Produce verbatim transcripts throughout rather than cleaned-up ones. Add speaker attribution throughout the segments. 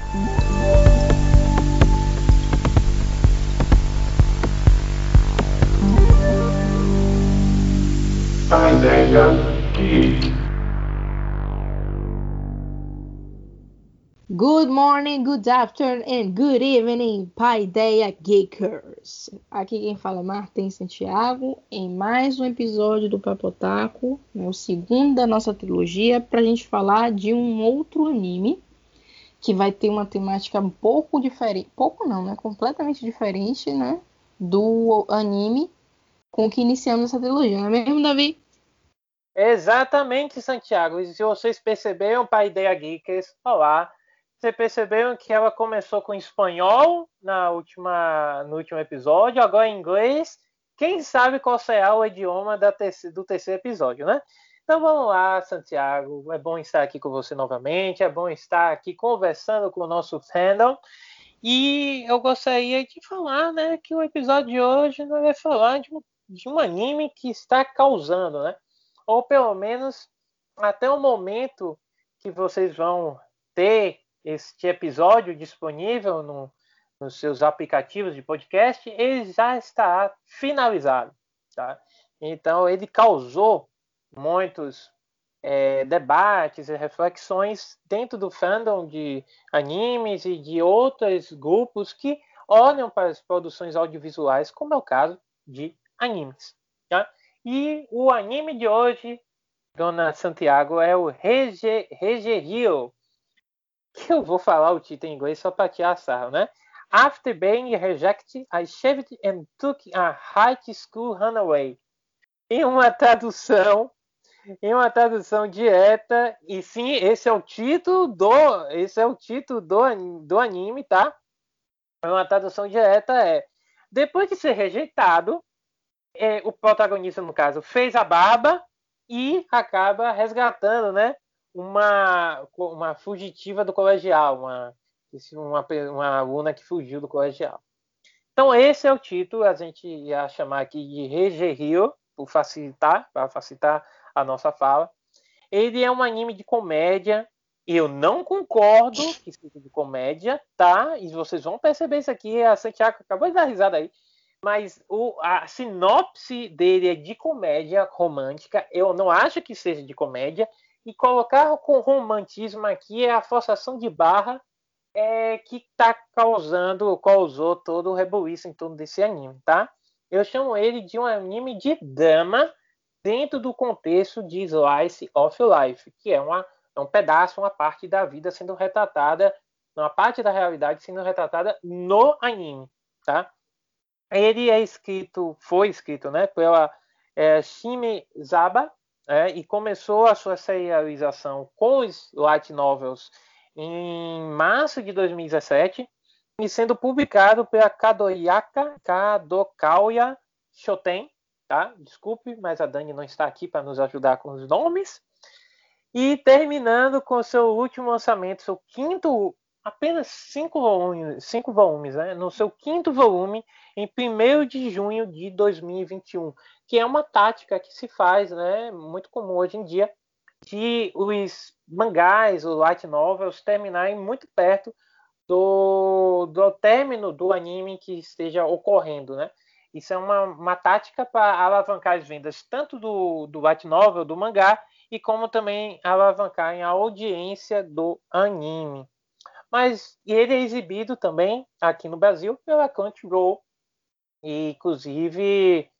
Speaker 1: Paideia Geek.
Speaker 2: Good morning, good afternoon and good evening, Paideia Geekers. Aqui quem fala é Martin Santiago em mais um episódio do Papotaco, né, o segundo da nossa trilogia, para a gente falar de um outro anime que vai ter uma temática um pouco diferente, pouco não, né, completamente diferente, né, do anime com que iniciamos essa trilogia, não é mesmo, Davi?
Speaker 3: Exatamente, Santiago. E se vocês perceberam, Paideia Geekers, olá. Vocês perceberam que ela começou com espanhol na última, no último episódio, agora em inglês. Quem sabe qual será o idioma da terceiro, do terceiro episódio, né? Então vamos lá, Santiago. É bom estar aqui com você novamente. É bom estar aqui conversando com o nosso fandom. E eu gostaria de falar, né, que o episódio de hoje nós vai falar de um, de um anime que está causando, né? Ou pelo menos até o momento que vocês vão ter este episódio disponível no, nos seus aplicativos de podcast, ele já está finalizado. Tá? Então, ele causou muitos é, debates e reflexões dentro do fandom de animes e de outros grupos que olham para as produções audiovisuais, como é o caso de animes. Tá? E o anime de hoje, Dona Santiago, é o Rege, Regehio, que eu vou falar o título em inglês só para tirar sarro, né? After being rejected, I shaved and took a high school runaway. Em uma tradução, em uma tradução direta, e sim, esse é o título do, esse é o título do, do anime, tá? Uma tradução direta é: depois de ser rejeitado, é, o protagonista, no caso, fez a barba e acaba resgatando, né, uma, uma fugitiva do colegial, uma, uma, uma aluna que fugiu do colegial. Então, esse é o título, a gente ia chamar aqui de Regehio, por facilitar, para facilitar a nossa fala. Ele é um anime de comédia. Eu não concordo que seja de comédia, tá? E vocês vão perceber isso aqui. A Santiago acabou de dar risada aí. Mas o, a sinopse dele é de comédia romântica. Eu não acho que seja de comédia. E colocar com romantismo aqui é a forçação de barra é, que está causando, causou todo o rebuliço em torno desse anime, tá? Eu chamo ele de um anime de drama dentro do contexto de Slice of Life, que é, uma, é um pedaço, uma parte da vida sendo retratada, uma parte da realidade sendo retratada no anime, tá? Ele é escrito, foi escrito, né, pela é, Shime Zaba, é, e começou a sua serialização com os light novels em março de dois mil e dezessete, e sendo publicado pela Kadoyaka Kadokawa Shoten, tá? Desculpe, mas a Dani não está aqui para nos ajudar com os nomes. E terminando com seu último lançamento, seu quinto, apenas cinco volumes, cinco volumes, né? No seu quinto volume, em primeiro de junho de dois mil e vinte e um, que é uma tática que se faz, né, muito comum hoje em dia, de os mangás, os light novels, terminarem muito perto do, do término do anime que esteja ocorrendo, né? Isso é uma, uma tática para alavancar as vendas tanto do, do light novel, do mangá, e como também alavancar a audiência do anime. Mas ele é exibido também aqui no Brasil pela Crunchyroll. E, inclusive,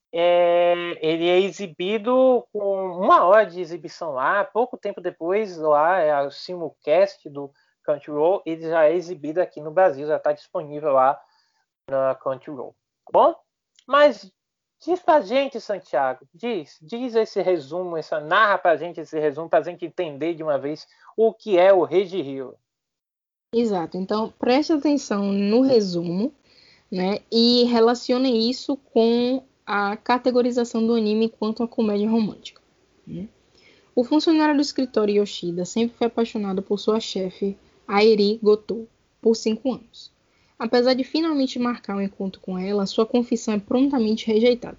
Speaker 3: é, ele é exibido com uma hora de exibição lá. Pouco tempo depois, lá é o simulcast do Crunchyroll. Ele já é exibido aqui no Brasil, já está disponível lá na Crunchyroll. Bom, mas diz pra gente, Santiago, diz, diz esse resumo, essa, narra pra gente esse resumo, pra gente entender de uma vez o que é o Regehio.
Speaker 2: Exato, então preste atenção no resumo, né, e relacione isso com a categorização do anime enquanto uma comédia romântica. Né? O funcionário do escritório Yoshida sempre foi apaixonado por sua chefe, Airi Gotou, por cinco anos. Apesar de finalmente marcar um encontro com ela, sua confissão é prontamente rejeitada.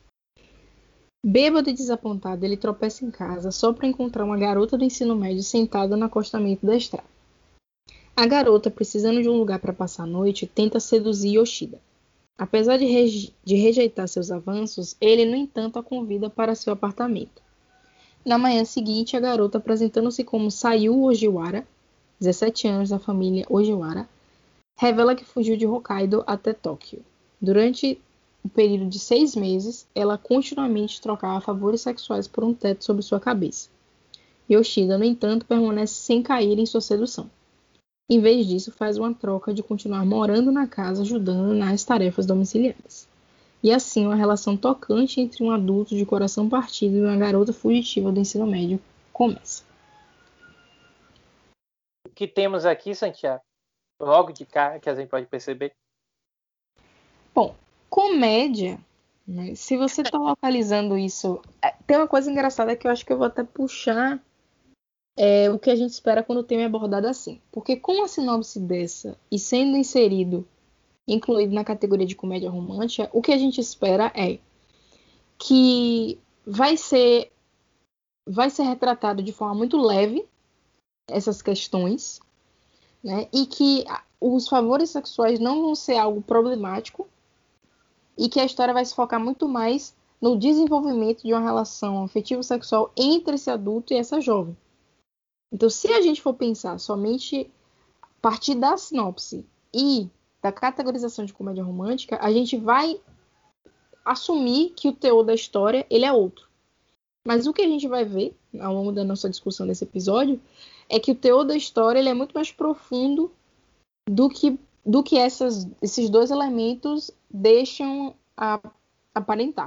Speaker 2: Bêbado e desapontado, ele tropeça em casa só para encontrar uma garota do ensino médio sentada no acostamento da estrada. A garota, precisando de um lugar para passar a noite, tenta seduzir Yoshida. Apesar de, reje- de rejeitar seus avanços, ele, no entanto, a convida para seu apartamento. Na manhã seguinte, a garota, apresentando-se como Sayu Ojiwara, dezessete anos da família Ojiwara, revela que fugiu de Hokkaido até Tóquio. Durante um período de seis meses, ela continuamente trocava favores sexuais por um teto sobre sua cabeça. Yoshida, no entanto, permanece sem cair em sua sedução. Em vez disso, faz uma troca de continuar morando na casa, ajudando nas tarefas domiciliares. E assim, uma relação tocante entre um adulto de coração partido e uma garota fugitiva do ensino médio começa.
Speaker 3: O que temos aqui, Santiago, logo de cara, que a gente pode perceber?
Speaker 2: Bom, comédia, né? Se você está localizando isso... Tem uma coisa engraçada que eu acho que eu vou até puxar é, o que a gente espera quando o tema é abordado assim. Porque com uma sinopse dessa e sendo inserido, incluído na categoria de comédia romântica, o que a gente espera é que vai ser, vai ser retratado de forma muito leve essas questões, né? E que os favores sexuais não vão ser algo problemático e que a história vai se focar muito mais no desenvolvimento de uma relação afetivo-sexual entre esse adulto e essa jovem. Então, se a gente for pensar somente a partir da sinopse e da categorização de comédia romântica, a gente vai assumir que o teor da história ele é outro. Mas o que a gente vai ver ao longo da nossa discussão desse episódio é que o teor da história ele é muito mais profundo do que, do que essas, esses dois elementos deixam a, aparentar.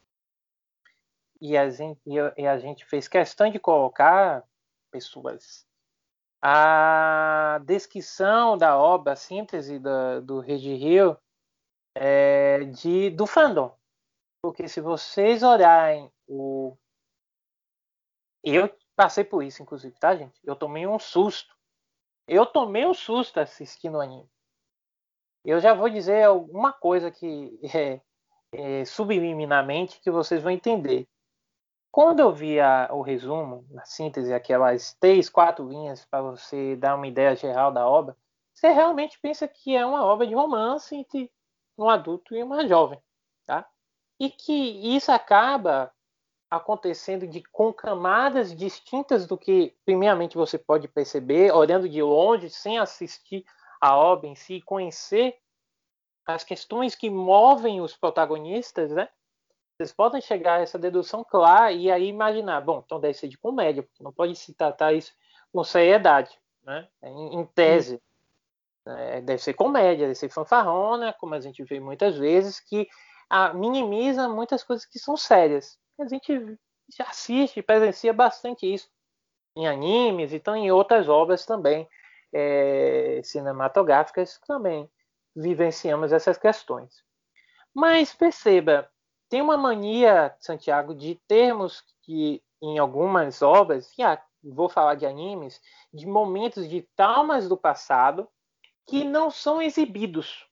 Speaker 3: E a, gente, e a gente fez questão de colocar, pessoas, a descrição da obra, a síntese da, do Regi Rio é, de, do fandom. Porque se vocês olharem o... Eu passei por isso, inclusive, tá, gente? Eu tomei um susto. Eu tomei um susto assistindo o anime. Eu já vou dizer alguma coisa que é, é, subliminarmente que vocês vão entender. Quando eu vi a, o resumo, a síntese, aquelas três, quatro linhas para você dar uma ideia geral da obra, você realmente pensa que é uma obra de romance entre um adulto e uma jovem, tá? E que isso acaba acontecendo de, com camadas distintas do que primeiramente você pode perceber, olhando de longe, sem assistir a obra em si, e conhecer as questões que movem os protagonistas, né? Vocês podem chegar a essa dedução clara e aí imaginar, bom, então deve ser de comédia, porque não pode se tratar isso com seriedade, né? Em, em tese. É, deve ser comédia, deve ser fanfarrona, como a gente vê muitas vezes, que a, minimiza muitas coisas que são sérias. A gente já assiste, presencia bastante isso em animes e então em outras obras também é, cinematográficas também vivenciamos essas questões. Mas perceba, tem uma mania, Santiago, de termos que em algumas obras, e ah, vou falar de animes, de momentos de traumas do passado que não são exibidos.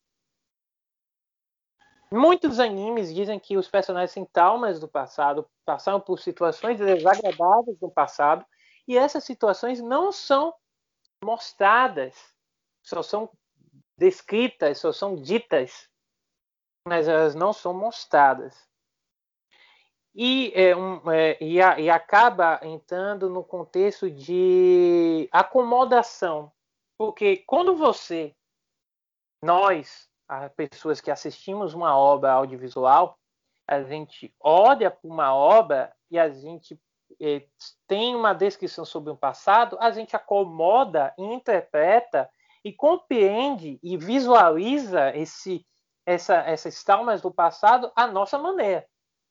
Speaker 3: Muitos animes dizem que os personagens têm traumas do passado, passaram por situações desagradáveis no passado, e essas situações não são mostradas, só são descritas, só são ditas, mas elas não são mostradas. E, é, um, é, e, a, e acaba entrando no contexto de acomodação. Porque quando você, nós, as pessoas que assistimos uma obra audiovisual, a gente olha para uma obra e a gente é, tem uma descrição sobre o passado, a gente acomoda, interpreta e compreende e visualiza esse, essa, essas traumas do passado à nossa maneira.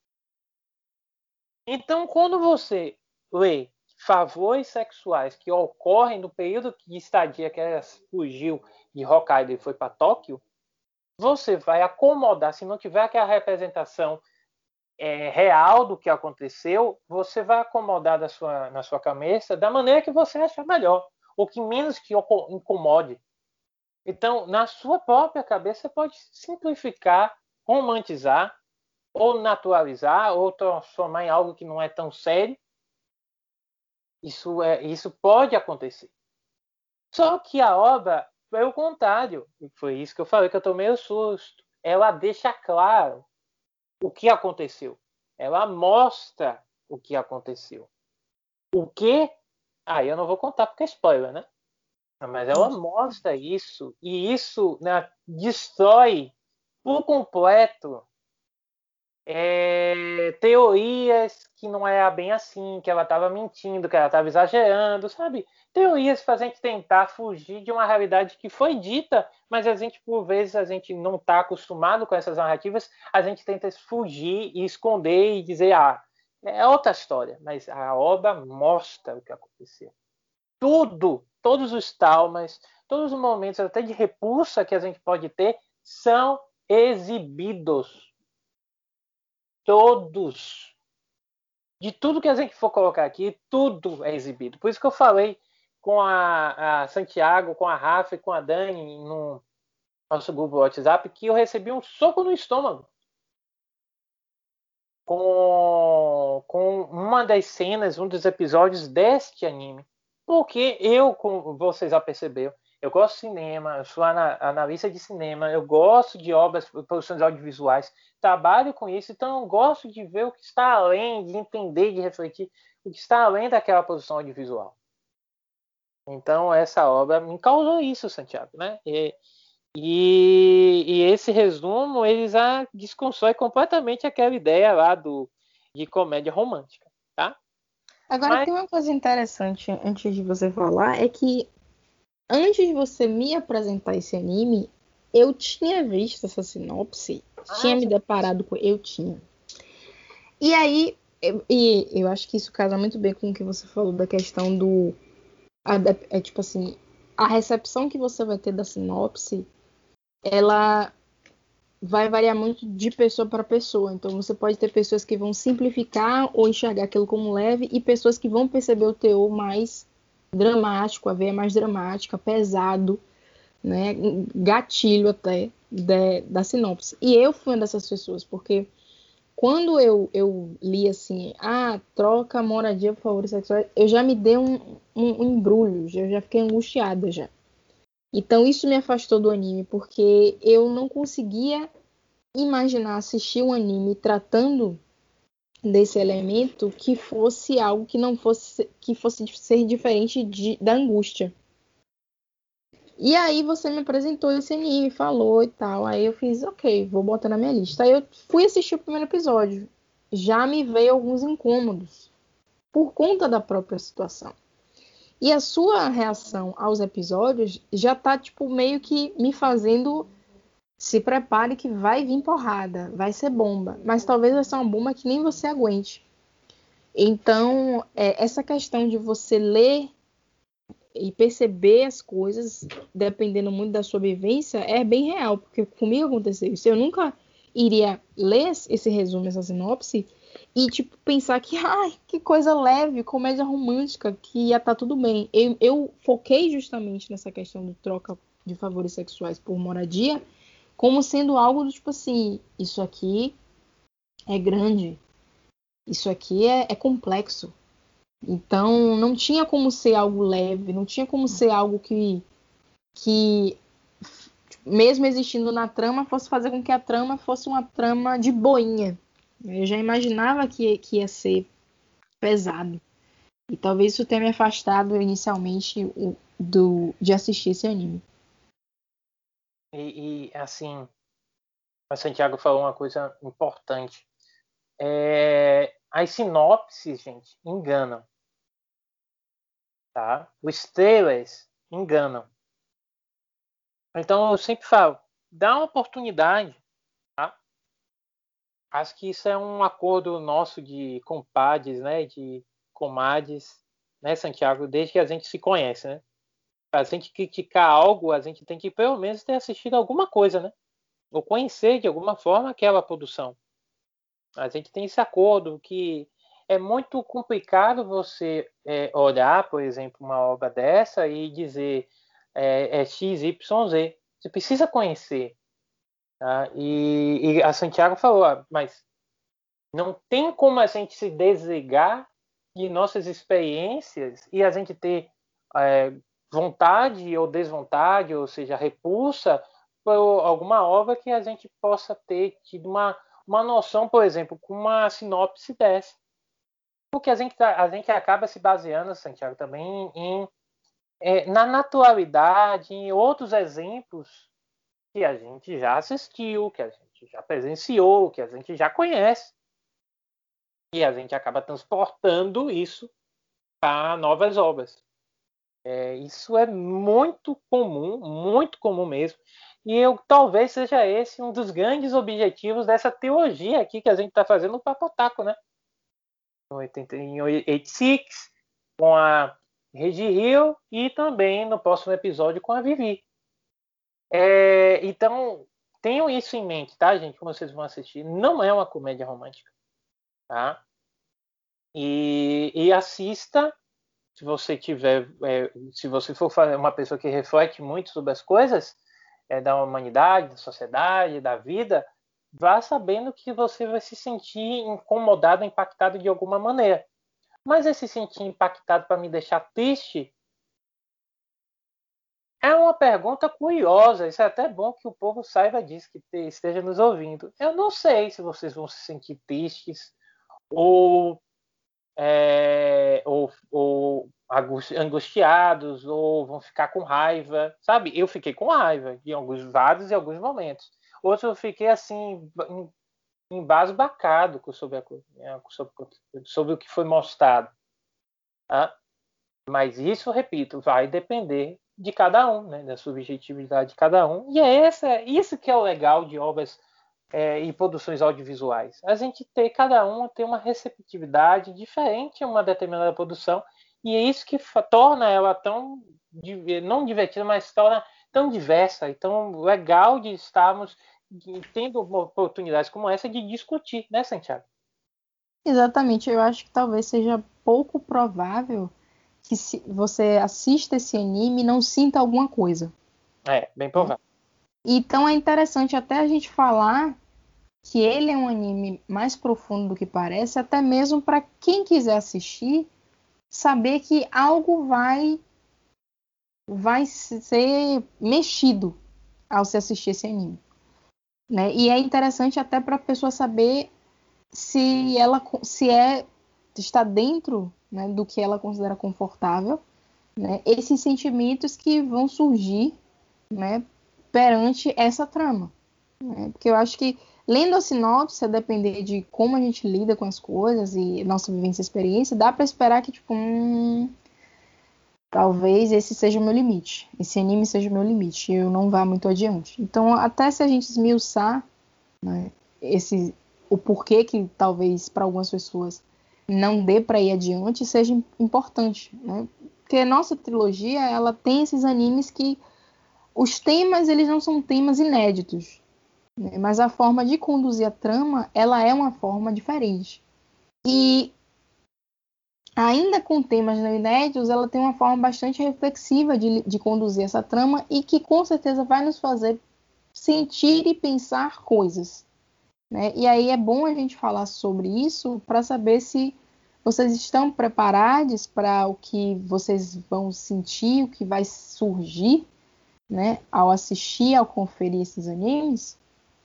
Speaker 3: Então, quando você lê favores sexuais que ocorrem no período de estadia que ela fugiu de Hokkaido e foi para Tóquio, você vai acomodar, se não tiver aquela representação é, real do que aconteceu, você vai acomodar na sua, na sua cabeça da maneira que você achar melhor, ou que menos te incomode. Então, na sua própria cabeça, você pode simplificar, romantizar, ou naturalizar, ou transformar em algo que não é tão sério. Isso, é, isso pode acontecer. Só que a obra foi o contrário. E foi isso que eu falei, que eu tomei o susto. Ela deixa claro o que aconteceu. Ela mostra o que aconteceu. O que? Ah, eu não vou contar porque é spoiler, né? Mas ela mostra isso. E isso, né, destrói por completo é, teorias que não era bem assim, que ela estava mentindo, que ela estava exagerando, sabe? Teorias que fazem a gente tentar fugir de uma realidade que foi dita, mas a gente, por vezes, a gente não está acostumado com essas narrativas, a gente tenta fugir e esconder e dizer, ah, é outra história, mas a obra mostra o que aconteceu. Tudo, todos os traumas, todos os momentos até de repulsa que a gente pode ter são exibidos. Todos. De tudo que a gente for colocar aqui, tudo é exibido. Por isso que eu falei com a, a Santiago, com a Rafa e com a Dani no nosso grupo WhatsApp que eu recebi um soco no estômago com, com uma das cenas, um dos episódios deste anime. Porque eu, como vocês já perceberam, eu gosto de cinema, eu sou analista de cinema, eu gosto de obras, produções audiovisuais, trabalho com isso, então eu gosto de ver o que está além, de entender, de refletir o que está além daquela produção audiovisual. Então essa obra me causou isso, Santiago, né? E, e, e esse resumo, ele já desconstrói completamente aquela ideia lá do, de comédia romântica, tá?
Speaker 2: Agora,
Speaker 3: Mas,
Speaker 2: tem uma coisa interessante antes de você falar, é que antes de você me apresentar esse anime, eu tinha visto essa sinopse, tinha
Speaker 3: ah,
Speaker 2: me deparado com. Eu tinha. E aí, eu, e eu acho que isso casa muito bem com o que você falou da questão do. A, é tipo assim, a recepção que você vai ter da sinopse, ela vai variar muito de pessoa para pessoa. Então, você pode ter pessoas que vão simplificar ou enxergar aquilo como leve, e pessoas que vão perceber o teor mais dramático, a veia mais dramática, pesado, né, gatilho até de, da sinopse. E eu fui uma dessas pessoas, porque quando eu, eu li assim, ah, troca moradia por favores sexuais, eu já me dei um, um, um embrulho, eu já fiquei angustiada já. Então isso me afastou do anime, porque eu não conseguia imaginar assistir um anime tratando desse elemento que fosse algo que não fosse que fosse ser diferente de, da angústia. E aí você me apresentou esse anime, falou e tal. Aí eu fiz, ok, vou botar na minha lista. Aí eu fui assistir o primeiro episódio. Já me veio alguns incômodos por conta da própria situação. E a sua reação aos episódios já tá, tipo, meio que me fazendo se prepare que vai vir porrada, vai ser bomba. Mas talvez vai ser uma bomba que nem você aguente. Então, é, essa questão de você ler e perceber as coisas, dependendo muito da sua vivência, é bem real, porque comigo aconteceu isso. Eu nunca iria ler esse resumo, essa sinopse, e tipo, pensar que, ai, que coisa leve, comédia romântica, que ia estar tá tudo bem. Eu, eu foquei justamente nessa questão do troca de favores sexuais por moradia, como sendo algo do tipo assim, isso aqui é grande, isso aqui é, é complexo. Então, não tinha como ser algo leve, não tinha como ser algo que, que, mesmo existindo na trama, fosse fazer com que a trama fosse uma trama de boinha. Eu já imaginava que, que ia ser pesado. E talvez isso tenha me afastado inicialmente do, de assistir esse anime.
Speaker 3: e, e assim, o Santiago falou uma coisa importante. É, as sinopses, gente, enganam. Tá? Os trailers enganam. Então eu sempre falo, dá uma oportunidade. Tá? Acho que isso é um acordo nosso de compadres, né? De comadres, né, Santiago? Desde que a gente se conhece, né? Para a gente criticar algo, a gente tem que pelo menos ter assistido alguma coisa, né? Ou conhecer de alguma forma aquela produção. A gente tem esse acordo que é muito complicado você é, olhar, por exemplo, uma obra dessa e dizer é, é X Y Z. Você precisa conhecer. Tá? E, e a Santiago falou, ah, mas não tem como a gente se desligar de nossas experiências e a gente ter é, vontade ou desvontade, ou seja, repulsa por alguma obra que a gente possa ter tido uma, uma noção, por exemplo, com uma sinopse dessa. Porque a gente, a gente acaba se baseando, Santiago, também em, é, na naturalidade, em outros exemplos que a gente já assistiu, que a gente já presenciou, que a gente já conhece. E a gente acaba transportando isso para novas obras. É, isso é muito comum, muito comum mesmo. E eu, talvez seja esse um dos grandes objetivos dessa teologia aqui que a gente está fazendo no Papotaco, né? Em oitenta e seis, com a Regi Hill e também no próximo episódio com a Vivi. É, então, tenham isso em mente, tá, gente? Como vocês vão assistir. Não é uma comédia romântica, tá? E, e assista, se você tiver, é, se você for uma pessoa que reflete muito sobre as coisas é, da humanidade, da sociedade, da vida, vá sabendo que você vai se sentir incomodado, impactado de alguma maneira. Mas esse sentir impactado para me deixar triste é uma pergunta curiosa. Isso é até bom que o povo saiba disso, que esteja nos ouvindo. Eu não sei se vocês vão se sentir tristes ou, é, ou, ou angustiados ou vão ficar com raiva. Sabe? Eu fiquei com raiva em alguns vários e alguns momentos. Outros eu fiquei assim embasbacado sobre, a, sobre, sobre o que foi mostrado. Tá? Mas isso, repito, vai depender de cada um, né, da subjetividade de cada um. E é essa, isso que é o legal de obras é, e produções audiovisuais. A gente ter, cada um ter uma receptividade diferente a uma determinada produção. E é isso que torna ela tão, não divertida, mas torna tão diversa e tão legal de estarmos tendo oportunidades como essa de discutir, né, Santiago?
Speaker 2: Exatamente, eu acho que talvez seja pouco provável que se você assista esse anime e não sinta alguma coisa.
Speaker 3: É, bem provável.
Speaker 2: Então é interessante até a gente falar que ele é um anime mais profundo do que parece, até mesmo para quem quiser assistir, saber que algo vai vai ser mexido ao se assistir esse anime, né? E é interessante até para a pessoa saber se ela se é está dentro, né, do que ela considera confortável, né? Esses sentimentos que vão surgir, né, perante essa trama, né? Porque eu acho que lendo a sinopse, a depender de como a gente lida com as coisas e nossa vivência e experiência, dá para esperar que tipo, hum, talvez esse seja o meu limite, esse anime seja o meu limite, e eu não vá muito adiante. Então, até se a gente esmiuçar, né, esse, o porquê que talvez para algumas pessoas não dê para ir adiante, seja importante, né? Porque a nossa trilogia, ela tem esses animes que os temas, eles não são temas inéditos, né? Mas a forma de conduzir a trama, ela é uma forma diferente. E ainda com temas não inéditos, ela tem uma forma bastante reflexiva de, de conduzir essa trama e que com certeza vai nos fazer sentir e pensar coisas, né? E aí é bom a gente falar sobre isso para saber se vocês estão preparados para o que vocês vão sentir, o que vai surgir, né, ao assistir, ao conferir esses animes.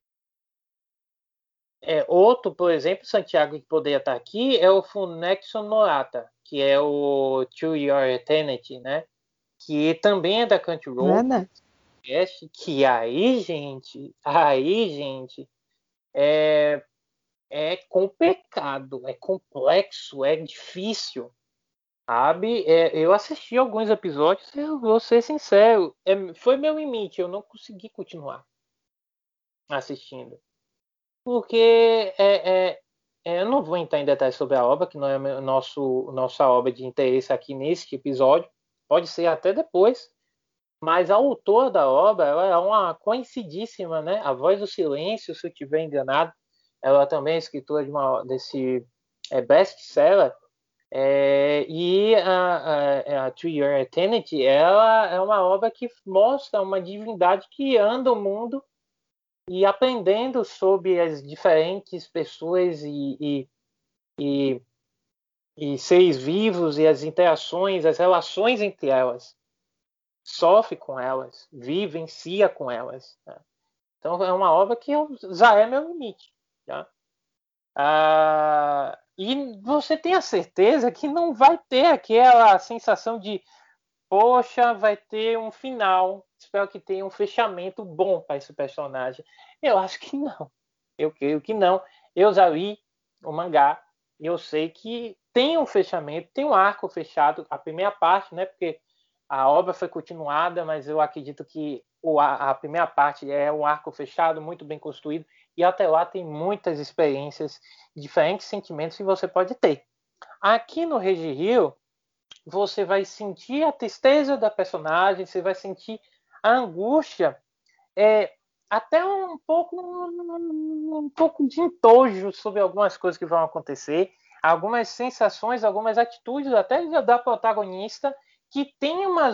Speaker 3: É, outro, por exemplo, Santiago, que poderia estar aqui, é o Funexo Norata, que é o To Your Eternity, né? Que também é da Crunchyroll.
Speaker 2: Verdade.
Speaker 3: Que aí, gente, aí, gente, é, é complicado, é complexo, é difícil, sabe? É, eu assisti alguns episódios, eu vou ser sincero, é, foi meu limite, eu não consegui continuar assistindo. Porque é, é, é, eu não vou entrar em detalhes sobre a obra, que não é o nosso, nossa obra de interesse aqui neste episódio, pode ser até depois, mas a autora da obra ela é uma conhecidíssima, né? A Voz do Silêncio, se eu estiver enganado, ela também é escritora de uma, desse é, best-seller, é, e a, a, a To Your Eternity ela é uma obra que mostra uma divindade que anda o mundo e aprendendo sobre as diferentes pessoas e, e, e, e seres vivos e as interações, as relações entre elas. sofre com elas, vivencia com elas. Né? Então é uma obra que já é meu limite. Tá? Ah, e você tem a certeza que não vai ter aquela sensação de poxa, vai ter um final, espero que tenha um fechamento bom para esse personagem. Eu acho que não. Eu creio que não. Eu já li o mangá e eu sei que tem um fechamento, tem um arco fechado, a primeira parte, né? Porque a obra foi continuada, mas eu acredito que a primeira parte é um arco fechado, muito bem construído, e até lá tem muitas experiências, diferentes sentimentos que você pode ter. Aqui no Regi Rio, você vai sentir a tristeza da personagem, você vai sentir a angústia, é, até um pouco, um, um pouco de entojo sobre algumas coisas que vão acontecer, algumas sensações, algumas atitudes até da protagonista que tem uma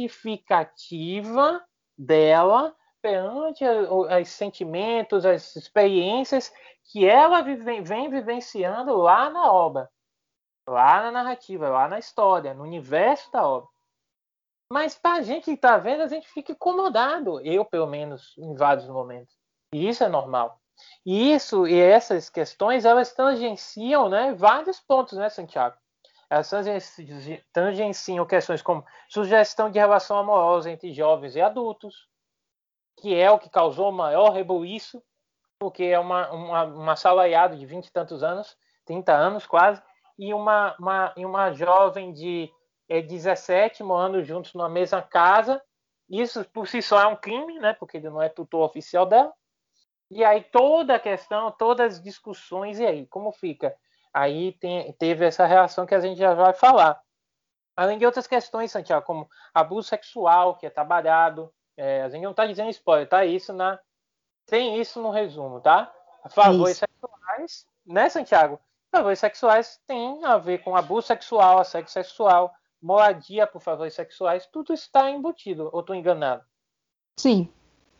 Speaker 3: justificativa dela perante os sentimentos, as experiências que ela vive, vem vivenciando lá na obra, lá na narrativa, lá na história, no universo da obra. Mas para a gente que está vendo, a gente fica incomodado, eu pelo menos, em vários momentos. E isso é normal. E isso e essas questões, elas tangenciam, né, vários pontos, né, Santiago? Elas tangenciam questões como sugestão de relação amorosa entre jovens e adultos, que é o que causou o maior rebuliço, porque é uma, uma, uma salaiada de vinte e tantos anos, trinta anos quase, e uma, uma, e uma jovem de é, dezessete morando juntos numa mesma casa. Isso por si só é um crime, né? Porque ele não é tutor oficial dela. E aí toda a questão, todas as discussões, e aí, como fica? Aí tem, teve essa reação que a gente já vai falar. Além de outras questões, Santiago, como abuso sexual, que é trabalhado. É, a gente não está dizendo spoiler, tá? Isso na, tem isso no resumo, tá? Favores sexuais, né, Santiago? Favores sexuais tem a ver com abuso sexual, assédio sexual, moradia por favores sexuais, tudo está embutido, ou estou enganado?
Speaker 2: Sim.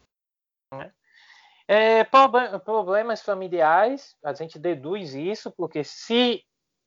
Speaker 3: É, problemas familiares, a gente deduz isso, porque se,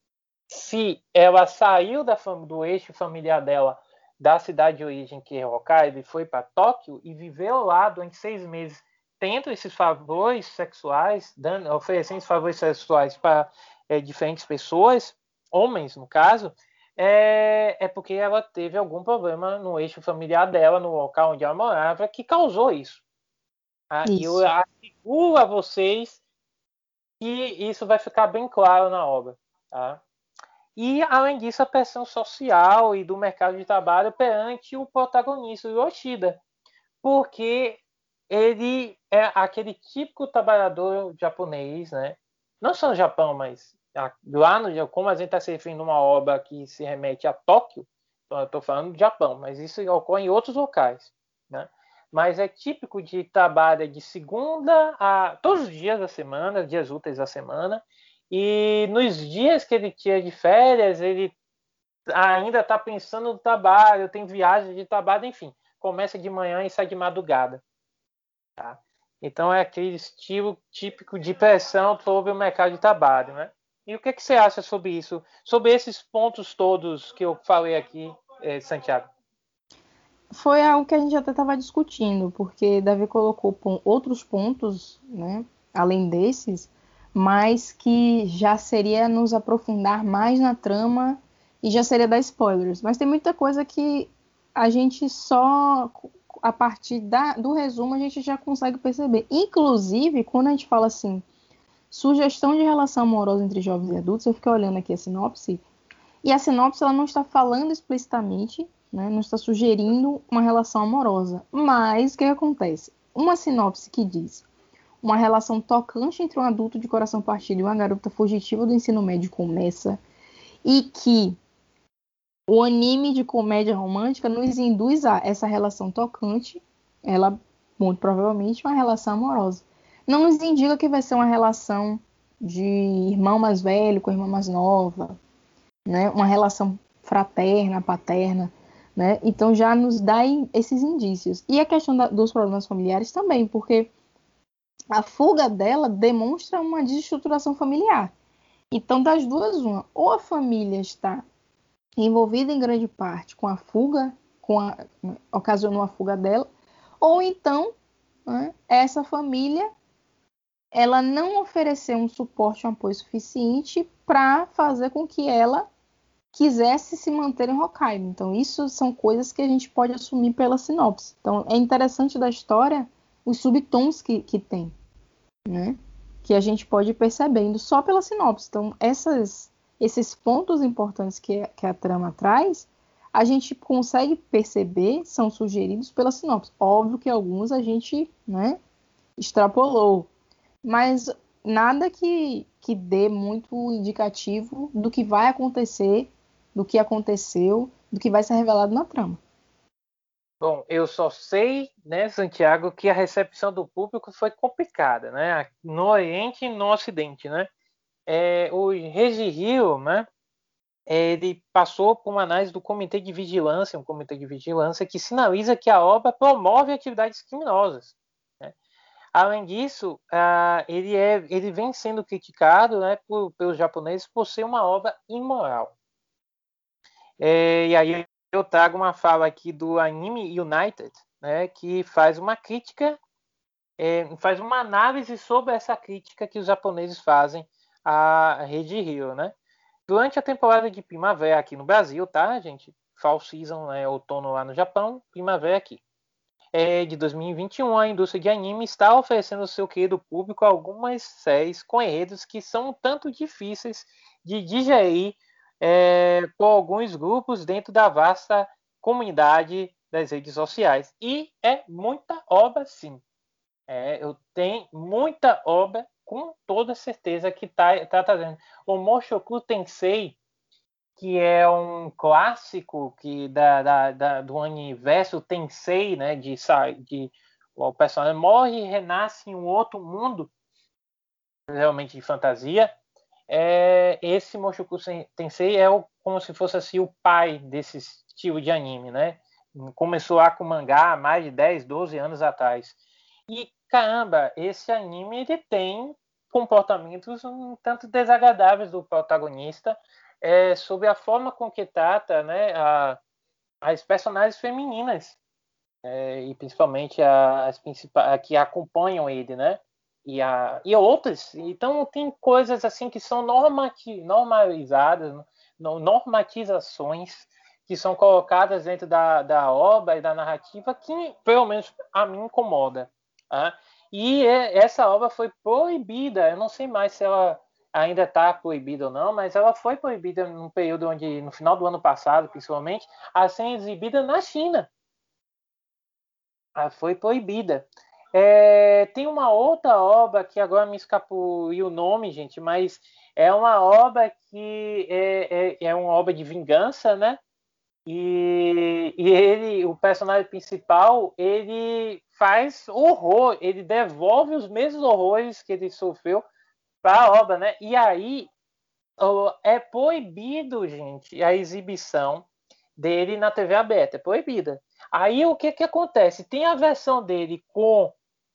Speaker 3: se ela saiu da, do eixo familiar dela, da cidade de origem, que é Hokkaido, e foi para Tóquio, e viveu lá durante seis meses, tendo esses favores sexuais, dando, oferecendo esses favores sexuais para é, diferentes pessoas, homens no caso, é, é porque ela teve algum problema no eixo familiar dela, no local onde ela morava, que causou isso. Ah, e eu asseguro a vocês que isso vai ficar bem claro na obra. Tá? E, além disso, a pressão social e do mercado de trabalho perante o protagonista, o Yoshida. Porque ele é aquele típico trabalhador japonês, né? Não só no Japão, mas lá no Japão, como a gente está se referindo a uma obra que se remete a Tóquio, então eu estou falando do Japão, mas isso ocorre em outros locais, né? Mas é típico de trabalho de segunda a todos os dias da semana, dias úteis da semana, e nos dias que ele tira de férias, ele ainda está pensando no trabalho, tem viagem de trabalho, enfim, começa de manhã e sai de madrugada. Tá? Então é aquele estilo típico de pressão sobre o mercado de trabalho, né? E o que, que você acha sobre isso? Sobre esses pontos todos que eu falei aqui, eh, Santiago?
Speaker 2: Foi algo que a gente até estava discutindo, porque Davi colocou outros pontos, né, além desses, mas que já seria nos aprofundar mais na trama e já seria dar spoilers. Mas tem muita coisa que a gente só, a partir da, do resumo, a gente já consegue perceber. Inclusive, quando a gente fala assim, sugestão de relação amorosa entre jovens e adultos, eu fiquei olhando aqui a sinopse, e a sinopse ela não está falando explicitamente, né, não está sugerindo uma relação amorosa. Mas o que acontece? Uma sinopse que diz uma relação tocante entre um adulto de coração partido e uma garota fugitiva do ensino médio começa, e que o anime de comédia romântica nos induz a essa relação tocante, ela muito provavelmente uma relação amorosa. Não nos indica que vai ser uma relação de irmão mais velho com irmã mais nova, né? Uma relação fraterna, paterna, né? Então já nos dá esses indícios. E a questão da, dos problemas familiares também, porque a fuga dela demonstra uma desestruturação familiar. Então, das duas, uma, ou a família está envolvida em grande parte com a fuga, com a, ocasionou a fuga dela, ou então, né, essa família ela não ofereceu um suporte, um apoio suficiente para fazer com que ela quisesse se manter em Hokkaido. Então, isso são coisas que a gente pode assumir pela sinopse. Então, é interessante da história os subtons que, que tem, né? Que a gente pode ir percebendo só pela sinopse. Então, essas, esses pontos importantes que, que a trama traz, a gente consegue perceber, são sugeridos pela sinopse. Óbvio que alguns a gente, né, extrapolou, mas nada que, que dê muito indicativo do que vai acontecer, do que aconteceu, do que vai ser revelado na trama.
Speaker 3: Bom, eu só sei, né, Santiago, que a recepção do público foi complicada, né, no Oriente e no Ocidente, né. É, o Regi Rio, né, ele passou por uma análise do Comitê de Vigilância, um comitê de vigilância que sinaliza que a obra promove atividades criminosas, né. Além disso, uh, ele, é, ele vem sendo criticado, né, por, pelos japoneses por ser uma obra imoral. É, e aí eu trago uma fala aqui do Anime United, né, que faz uma crítica, é, faz uma análise sobre essa crítica que os japoneses fazem à Rede Rio, né? Durante a temporada de primavera aqui no Brasil, tá, gente? Fall season, né, outono lá no Japão, primavera aqui. É, de dois mil e vinte e um, a indústria de anime está oferecendo ao seu querido público algumas séries com enredos que são um tanto difíceis de digerir é, por alguns grupos dentro da vasta comunidade das redes sociais. E é muita obra, sim. É, eu tenho muita obra, com toda certeza, que está tá trazendo. O Mushoku Tensei, que é um clássico que da, da, da, do universo Tensei, né, de, de o personagem morre e renasce em um outro mundo, realmente de fantasia. É, esse Mushoku Tensei é o, como se fosse assim, o pai desse estilo de anime, né? Começou lá com mangá há mais de dez, doze anos atrás. E caramba, esse anime ele tem comportamentos um tanto desagradáveis do protagonista, é, sobre a forma com que trata, né, a, as personagens femininas, é, e principalmente as principais que acompanham ele, né? E, a, e outras. Então tem coisas assim que são normati, normalizadas, normatizações que são colocadas dentro da, da obra e da narrativa que, pelo menos, a mim incomoda. Tá? E é, essa obra foi proibida, eu não sei mais se ela ainda está proibida ou não, mas ela foi proibida num período onde, no final do ano passado, principalmente, a ser exibida na China. Ela foi proibida. É, tem uma outra obra que agora me escapou o nome, gente, mas é uma obra que é, é, é uma obra de vingança, né? E, e ele, o personagem principal, ele faz horror, ele devolve os mesmos horrores que ele sofreu para a obra, né? E aí é proibido, gente, a exibição dele na T V aberta, é proibida. Aí o que que acontece? Tem a versão dele com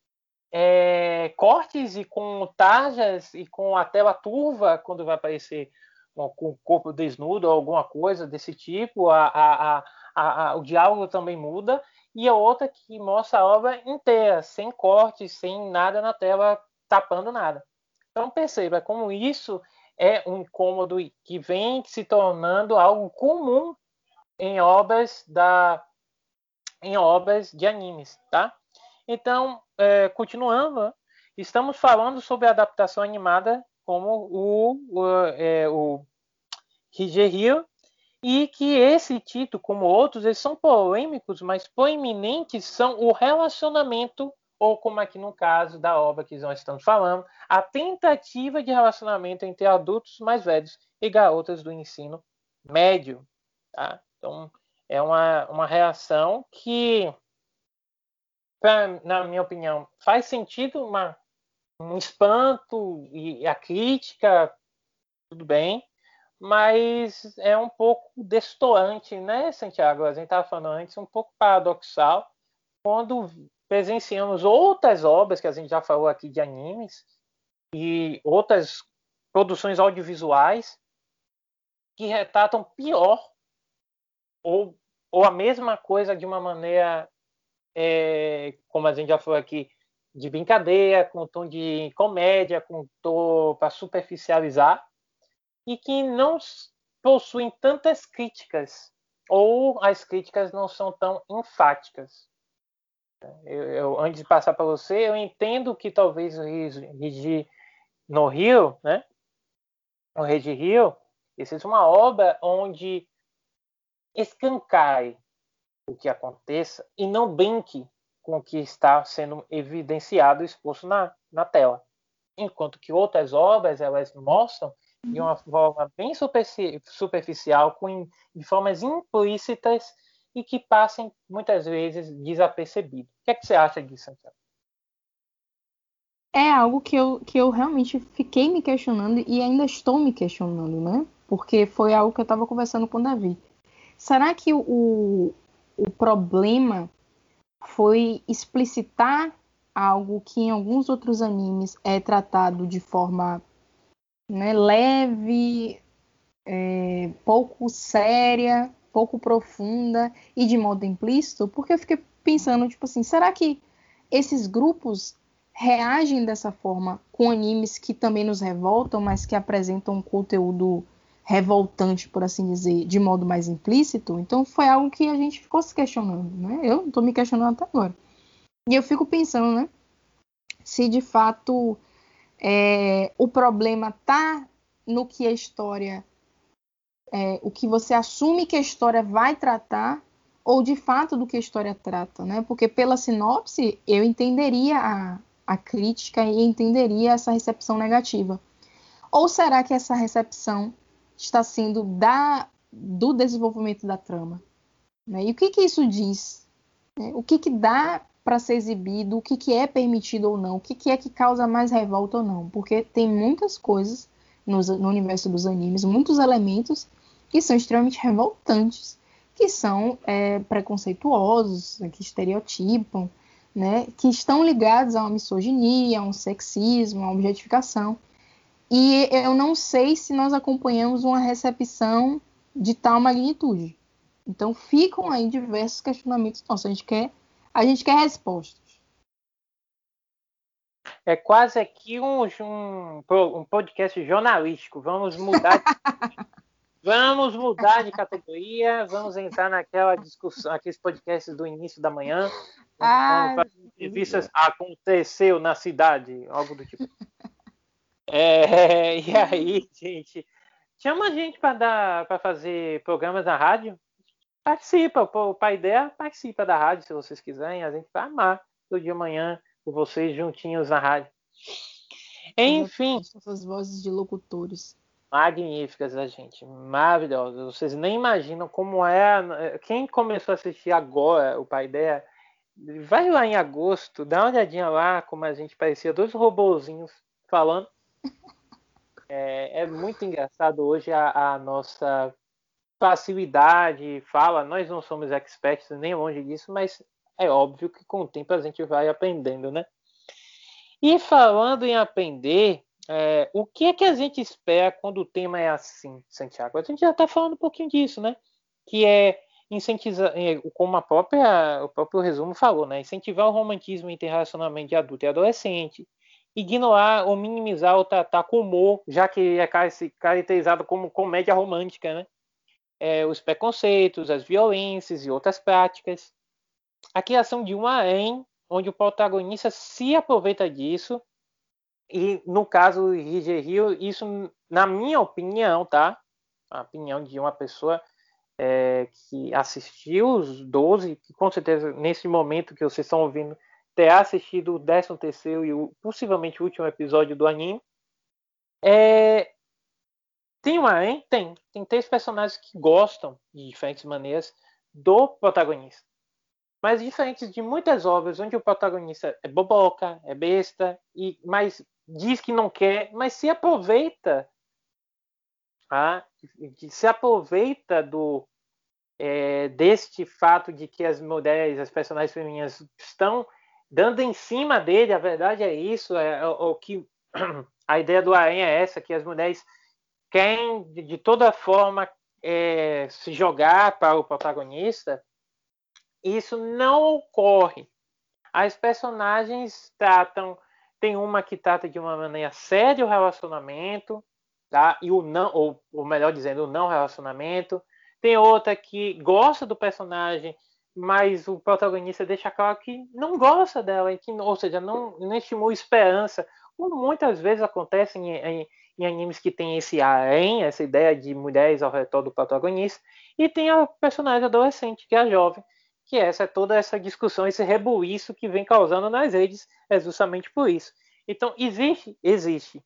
Speaker 3: é, cortes e com tarjas e com a tela turva quando vai aparecer com o corpo desnudo ou alguma coisa desse tipo, a, a, a, a, o diálogo também muda, e a outra que mostra a obra inteira, sem cortes, sem nada na tela, tapando nada. Então perceba como isso é um incômodo que vem se tornando algo comum em obras da em obras de animes, tá? Então, é, continuando, estamos falando sobre a adaptação animada como o, o, é, o Higehiro, e que esse título, como outros, eles são polêmicos, mas proeminentes são o relacionamento, ou como aqui no caso da obra que nós estamos falando, a tentativa de relacionamento entre adultos mais velhos e garotas do ensino médio. Tá? Então, é uma, uma reação que, pra, na minha opinião, faz sentido, uma, um espanto e a crítica, tudo bem, mas é um pouco destoante, né, Santiago? A gente estava falando antes, um pouco paradoxal, quando presenciamos outras obras que a gente já falou aqui de animes e outras produções audiovisuais que retratam pior ou, ou a mesma coisa de uma maneira, é, como a gente já falou aqui, de brincadeira, com tom de comédia, com tom para superficializar, e que não possuem tantas críticas, ou as críticas não são tão enfáticas. Eu, eu, antes de passar para você, eu entendo que talvez o Regi no Rio, né? O Regi Rio, essa é uma obra onde escancare o que aconteça e não brinque com o que está sendo evidenciado e exposto na, na tela. Enquanto que outras obras, elas mostram de uma forma bem superficial, com, de formas implícitas e que passem, muitas vezes, desapercebido. O que é que você acha disso, Santiago?
Speaker 2: É algo que eu, que eu realmente fiquei me questionando e ainda estou me questionando, né? Porque foi algo que eu estava conversando com o Davi. Será que o, o problema foi explicitar algo que em alguns outros animes é tratado de forma, né, leve, é, pouco séria, pouco profunda e de modo implícito? Porque eu fiquei pensando, tipo assim, será que esses grupos reagem dessa forma com animes que também nos revoltam, mas que apresentam um conteúdo revoltante, por assim dizer, de modo mais implícito? Então foi algo que a gente ficou se questionando, né? Eu não estou me questionando até agora. E eu fico pensando, né, se de fato é, o problema está no que a história, é, o que você assume que a história vai tratar, ou de fato do que a história trata, né? Porque pela sinopse eu entenderia a, a crítica e entenderia essa recepção negativa. Ou será que essa recepção está sendo da, do desenvolvimento da trama? Né? E o que, que isso diz? Né? O que, que dá para ser exibido? O que, que é permitido ou não? O que, que é que causa mais revolta ou não? Porque tem muitas coisas no, no universo dos animes, muitos elementos que são extremamente revoltantes, que são é, preconceituosos, que estereotipam, né? Que estão ligados a uma misoginia, a um sexismo, a uma objetificação. E eu não sei se nós acompanhamos uma recepção de tal magnitude. Então ficam aí diversos questionamentos. Nossa, a gente quer, a gente quer respostas.
Speaker 3: É quase aqui um, um, um podcast jornalístico. Vamos mudar, vamos mudar de categoria. Vamos entrar naquela discussão, aqueles podcasts do início da manhã, onde
Speaker 2: Ah,
Speaker 3: entrevistas aconteceu na cidade, algo do tipo. É, e aí, gente, chama a gente para dar, para fazer programas na rádio. Participa, o pai dela participa da rádio, se vocês quiserem. A gente vai amar todo dia amanhã com vocês juntinhos na rádio. Enfim.
Speaker 2: Essas vozes de locutores.
Speaker 3: Magníficas, a gente. Maravilhosas. Vocês nem imaginam como é. Quem começou a assistir agora, o pai dela, vai lá em agosto, dá uma olhadinha lá como a gente parecia dois robozinhos falando. É, é muito engraçado hoje a, a nossa facilidade, fala, nós não somos experts nem longe disso, mas é óbvio que com o tempo a gente vai aprendendo, né? E falando em aprender, é, o que é que a gente espera quando o tema é assim, Santiago? A gente já está falando um pouquinho disso, né? Que é incentivar, como a própria, o próprio resumo falou, né? Incentivar o romantismo entre relacionamento de adulto e adolescente, ignorar ou minimizar ou tratar com humor, já que é caracterizado como comédia romântica, né? É, os preconceitos, as violências e outras práticas. A criação de um harém, onde o protagonista se aproveita disso, e no caso do Rigi Rio, isso, na minha opinião, tá? A opinião de uma pessoa é, que assistiu os doze, que com certeza nesse momento que vocês estão ouvindo, terá assistido o décimo terceiro e o, possivelmente o último episódio do anime. É, tem uma, hein? Tem. Tem três personagens que gostam de diferentes maneiras do protagonista. Mas diferentes de muitas obras onde o protagonista é boboca, é besta, e, mas diz que não quer, mas se aproveita, tá? Se aproveita do é, deste fato de que as mulheres, as personagens femininas estão dando em cima dele. A verdade é isso, é, é o que a ideia do harém é essa, que as mulheres querem de toda forma é, se jogar para o protagonista, isso não ocorre. As personagens tratam, tem uma que trata de uma maneira séria o relacionamento, tá? E o não, ou, ou melhor dizendo, o não relacionamento. Tem outra que gosta do personagem, mas o protagonista deixa claro que não gosta dela, que, ou seja, não, não estimula esperança, como muitas vezes acontece em, em, em animes que tem esse harém, essa ideia de mulheres ao redor do protagonista, e tem a personagem adolescente, que é a jovem, que essa é toda essa discussão, esse rebuliço que vem causando nas redes, é justamente por isso. Então, existe, existe,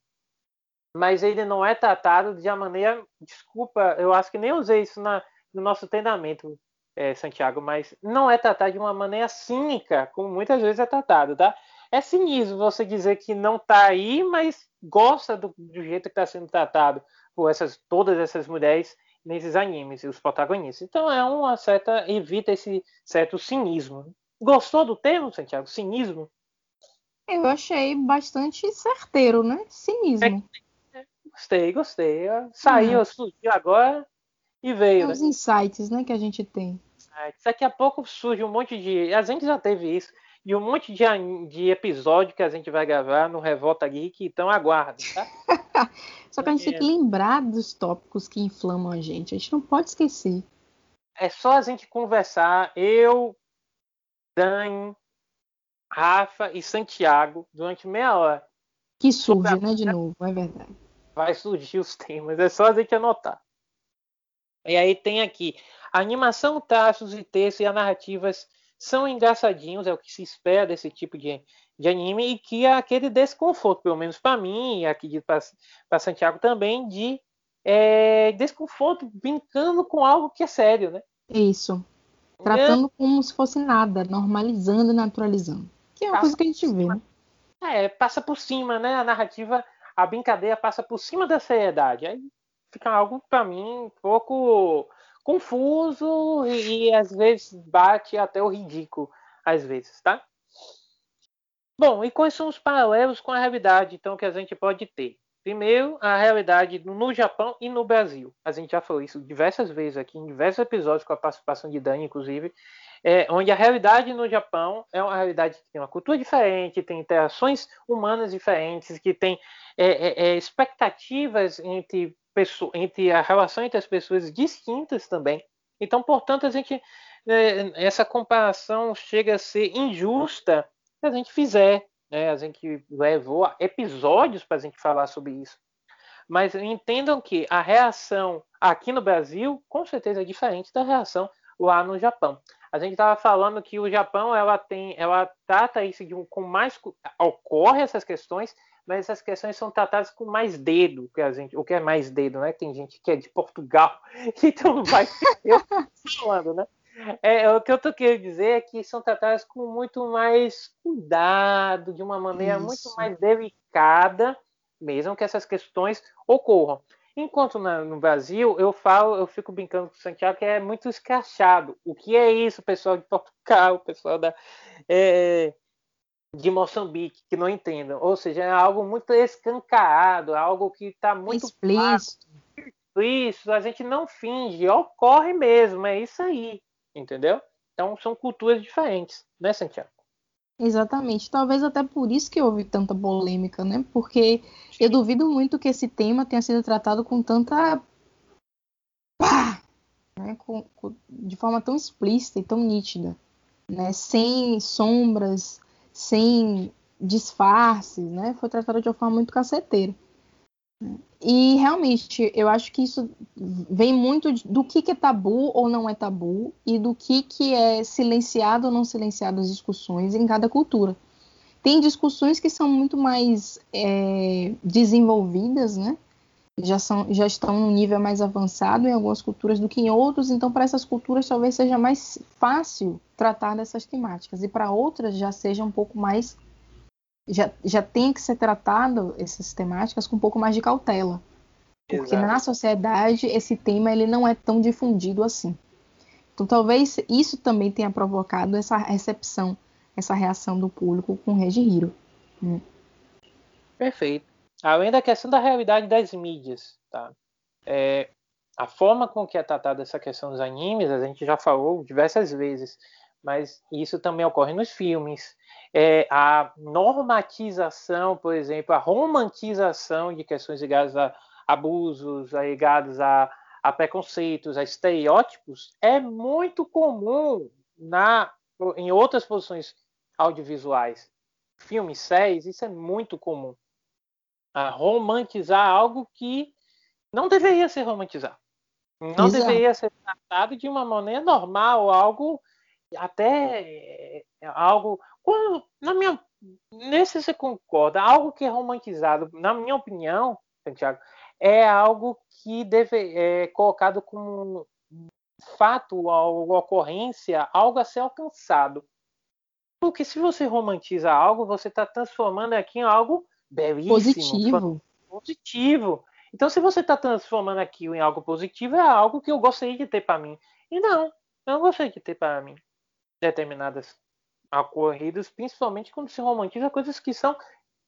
Speaker 3: mas ele não é tratado de uma maneira, desculpa, eu acho que nem usei isso na, no nosso treinamento, é, Santiago, mas não é tratado de uma maneira cínica, como muitas vezes é tratado, tá? É cinismo você dizer que não tá aí, mas gosta do, do jeito que está sendo tratado por essas, todas essas mulheres nesses animes, e os protagonistas. Então é uma certa, evita esse certo cinismo. Gostou do termo, Santiago? Cinismo?
Speaker 2: Eu achei bastante certeiro, né? Cinismo.
Speaker 3: É, gostei, gostei.
Speaker 2: Ah,
Speaker 3: Saiu, surgiu agora e veio,
Speaker 2: é
Speaker 3: né?
Speaker 2: os insights, né, que a gente tem.
Speaker 3: Daqui a pouco surge um monte de. A gente já teve isso. E um monte de, de episódio que a gente vai gravar no Revolta Geek, então aguardem, tá?
Speaker 2: Só que a gente tem que
Speaker 3: É,
Speaker 2: lembrar dos tópicos que inflamam a gente. A gente não pode esquecer.
Speaker 3: é só a gente conversar, eu, Dani, Rafa e Santiago, durante meia hora.
Speaker 2: Que
Speaker 3: Sobre a...
Speaker 2: surge, né, de novo, é verdade.
Speaker 3: Vai surgir os temas, é só a gente anotar. E aí tem aqui, a animação, traços e textos e as narrativas são engraçadinhos, é o que se espera desse tipo de, de anime, e que é aquele desconforto, pelo menos para mim, e aqui para Santiago também, de é, desconforto brincando com algo que é sério, né?
Speaker 2: Isso.
Speaker 3: Não,
Speaker 2: Tratando como se fosse nada, normalizando e naturalizando. Que é uma coisa
Speaker 3: passa
Speaker 2: que a
Speaker 3: por
Speaker 2: gente vê,
Speaker 3: cima,
Speaker 2: né?
Speaker 3: é, passa por cima, né? A narrativa, a brincadeira passa por cima da seriedade. Aí fica algo para mim um pouco confuso e, e às vezes bate até o ridículo, às vezes, tá? Bom, e quais são os paralelos com a realidade, então, que a gente pode ter? Primeiro, a realidade no Japão e no Brasil. A gente já falou isso diversas vezes aqui, em diversos episódios, com a participação de Dani, inclusive, é, onde a realidade no Japão é uma realidade que tem uma cultura diferente, tem interações humanas diferentes, que tem é, é, é, expectativas entre, pessoas, entre a relação entre as pessoas distintas também. Então, portanto, a gente, é, essa comparação chega a ser injusta se a gente fizer, né? A gente levou episódios para a gente falar sobre isso. Mas entendam que a reação aqui no Brasil, com certeza, é diferente da reação lá no Japão. A gente estava falando que o Japão, ela tem, ela trata isso de um, com mais, ocorre essas questões, mas essas questões são tratadas com mais dedo, que a gente, o que é mais dedo, né? Tem gente que é de Portugal, então não vai eu falando, né? É, o que eu tô querendo dizer é que são tratadas com muito mais cuidado, de uma maneira muito
Speaker 2: Isso.
Speaker 3: mais delicada, mesmo que essas questões ocorram. Enquanto na, no Brasil, eu falo, eu fico brincando com o Santiago que é muito escrachado. O que é isso, pessoal de Portugal, pessoal da, é, de Moçambique, que não entendam? Ou seja, é algo muito escancarado, algo que está muito claro.
Speaker 2: Explícito.
Speaker 3: Isso, a gente não finge, ocorre mesmo, é isso aí, entendeu? Então são culturas diferentes, né, Santiago?
Speaker 2: Exatamente. Talvez até por isso que houve tanta polêmica, né? Porque eu duvido muito que esse tema tenha sido tratado com tanta. Pá! Né? Com, com, de forma tão explícita e tão nítida, né? Sem sombras, sem disfarces, né? Foi tratado de uma forma muito caceteira. E realmente, eu acho que isso vem muito do que, que é tabu ou não é tabu e do que, que é silenciado ou não silenciado as discussões em cada cultura. Tem discussões que são muito mais é, desenvolvidas, né? Já, são, já estão num nível mais avançado em algumas culturas do que em outros, então para essas culturas talvez seja mais fácil tratar dessas temáticas, e para outras já seja um pouco mais. Já, já tem que ser tratado essas temáticas com um pouco mais de cautela, porque
Speaker 3: Exato.
Speaker 2: na sociedade esse tema ele não é tão difundido assim. Então talvez isso também tenha provocado essa recepção, essa reação do público com Regi Hiro. Hum.
Speaker 3: Perfeito. Além da questão da realidade das mídias, tá? É, a forma com que é tratada essa questão dos animes, a gente já falou diversas vezes, mas isso também ocorre nos filmes. É, a normatização, por exemplo, a romantização de questões ligadas a abusos, ligados a, a preconceitos, a estereótipos, é muito comum na, em outras produções audiovisuais. Filmes, séries, isso é muito comum. A romantizar algo que não deveria ser romantizado. Não
Speaker 2: Exato.
Speaker 3: deveria ser tratado de uma maneira normal, algo até algo. Quando, na minha, nesse você concorda, algo que é romantizado, na minha opinião, Santiago, é algo que deve é colocado como fato ou ocorrência, algo a ser alcançado. Porque se você romantiza algo, você está transformando aqui em algo belíssimo,
Speaker 2: Positivo.
Speaker 3: positivo. Então, se você está transformando aquilo em algo positivo, é algo que eu gostaria de ter para mim. E não, eu não gostaria de ter para mim determinadas ocorridas, principalmente quando se romantiza coisas que são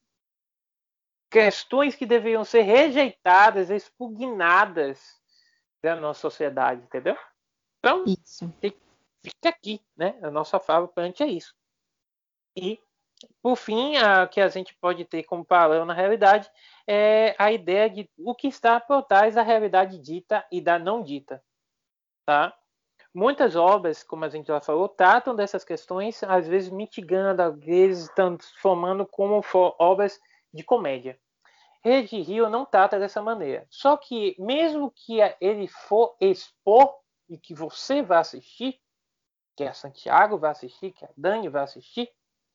Speaker 3: questões que deveriam ser rejeitadas, expugnadas da nossa sociedade, entendeu? Então,
Speaker 2: Isso.
Speaker 3: fica aqui, né? A nossa fala perante é isso. E, por fim, a que a gente pode ter como paralelo na realidade é a ideia de o que está por trás da realidade dita e da não dita. Tá? Muitas obras, como a gente já falou, tratam dessas questões, às vezes mitigando, às vezes transformando como obras de comédia. Rede Rio não trata dessa maneira. Só que, mesmo que ele for expor e que você vá assistir, que a Santiago vai assistir, que a Dani vai assistir,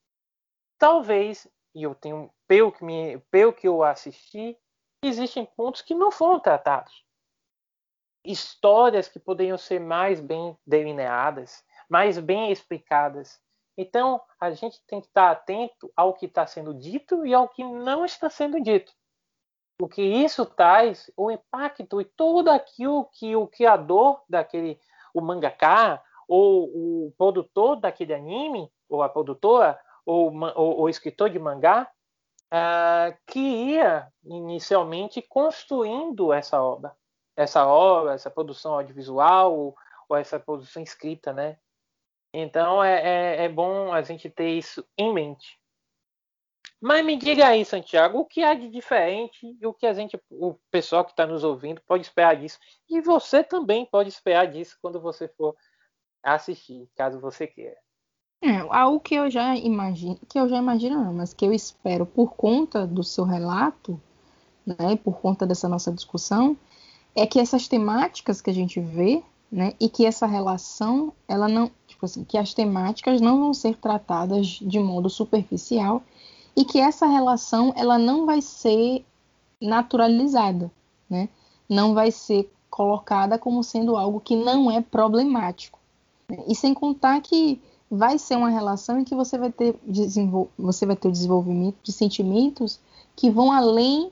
Speaker 3: talvez, e eu tenho, pelo que, me, pelo que eu assisti, existem pontos que não foram tratados. Histórias que poderiam ser mais bem delineadas, mais bem explicadas. Então, a gente tem que estar atento ao que está sendo dito e ao que não está sendo dito. Porque isso traz o impacto e tudo aquilo que o criador daquele, o mangaka, ou o produtor daquele anime, ou a produtora, ou o escritor de mangá, uh, que ia inicialmente construindo essa obra. Essa obra, essa produção audiovisual, ou, ou essa produção escrita, né? Então é, é, é bom a gente ter isso em mente. Mas me diga aí, Santiago, o que há de diferente e o que a gente, o pessoal que está nos ouvindo pode esperar disso? E você também pode esperar disso quando você for assistir, caso você queira.
Speaker 2: É, algo que eu já imagino, que eu já imagino não, mas que eu espero por conta do seu relato, né, por conta dessa nossa discussão, é que essas temáticas que a gente vê, né, e que essa relação, ela não, tipo assim, que as temáticas não vão ser tratadas de modo superficial e que essa relação, ela não vai ser naturalizada, né? Não vai ser colocada como sendo algo que não é problemático, né? E sem contar que vai ser uma relação em que você vai ter, desenvol- você vai ter o desenvolvimento de sentimentos que vão além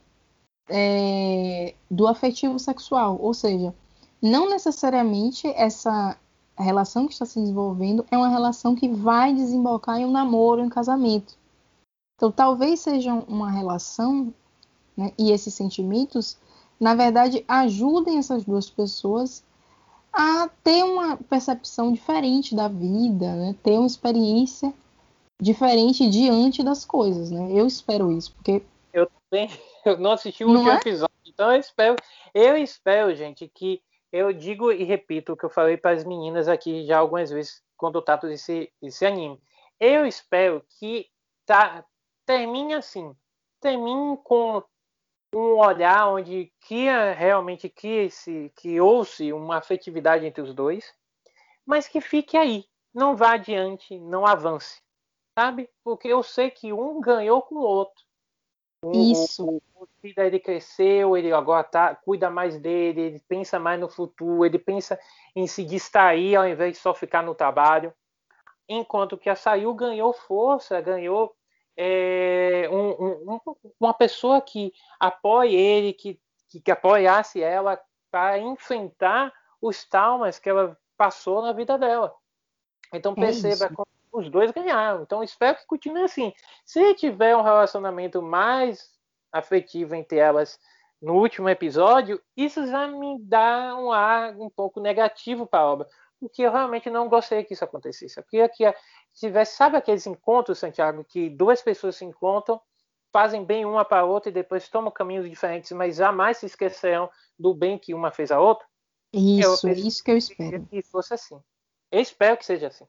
Speaker 2: é, do afetivo sexual, ou seja, não necessariamente essa relação que está se desenvolvendo é uma relação que vai desembocar em um namoro, em um casamento. Então, talvez seja uma relação, né, e esses sentimentos, na verdade, ajudem essas duas pessoas a ter uma percepção diferente da vida, né, ter uma experiência diferente diante das coisas, né? Eu espero isso, porque
Speaker 3: Eu também, eu não assisti o
Speaker 2: não
Speaker 3: último
Speaker 2: é?
Speaker 3: episódio, então eu espero, eu espero, gente, que eu digo e repito o que eu falei para as meninas aqui já algumas vezes quando eu trato desse, desse anime. Eu espero que tá, termine assim, termine com um olhar onde cria realmente cria-se, criou-se uma afetividade entre os dois, mas que fique aí, não vá adiante, não avance, sabe? Porque eu sei que um ganhou com o outro. O,
Speaker 2: Isso.
Speaker 3: o, o filho ele cresceu, ele agora tá, cuida mais dele, ele pensa mais no futuro, ele pensa em se distrair ao invés de só ficar no trabalho. Enquanto que a Sayu ganhou força, ganhou é, um, um, uma pessoa que apoie ele, que, que, que apoiasse ela para enfrentar os traumas que ela passou na vida dela. Então
Speaker 2: É
Speaker 3: perceba
Speaker 2: isso.
Speaker 3: como os dois ganharam. Então espero que continue assim. Se tiver um relacionamento mais afetivo entre elas no último episódio, isso já me dá um ar um pouco negativo para a obra, porque eu realmente não gostei que isso acontecesse. Eu queria que tivesse, sabe aqueles encontros, Santiago, que duas pessoas se encontram, fazem bem uma para a outra e depois tomam caminhos diferentes, mas jamais se esquecerão do bem que uma fez a outra?
Speaker 2: Isso,
Speaker 3: Eu
Speaker 2: é isso que eu espero.
Speaker 3: que fosse assim. Eu espero que seja assim.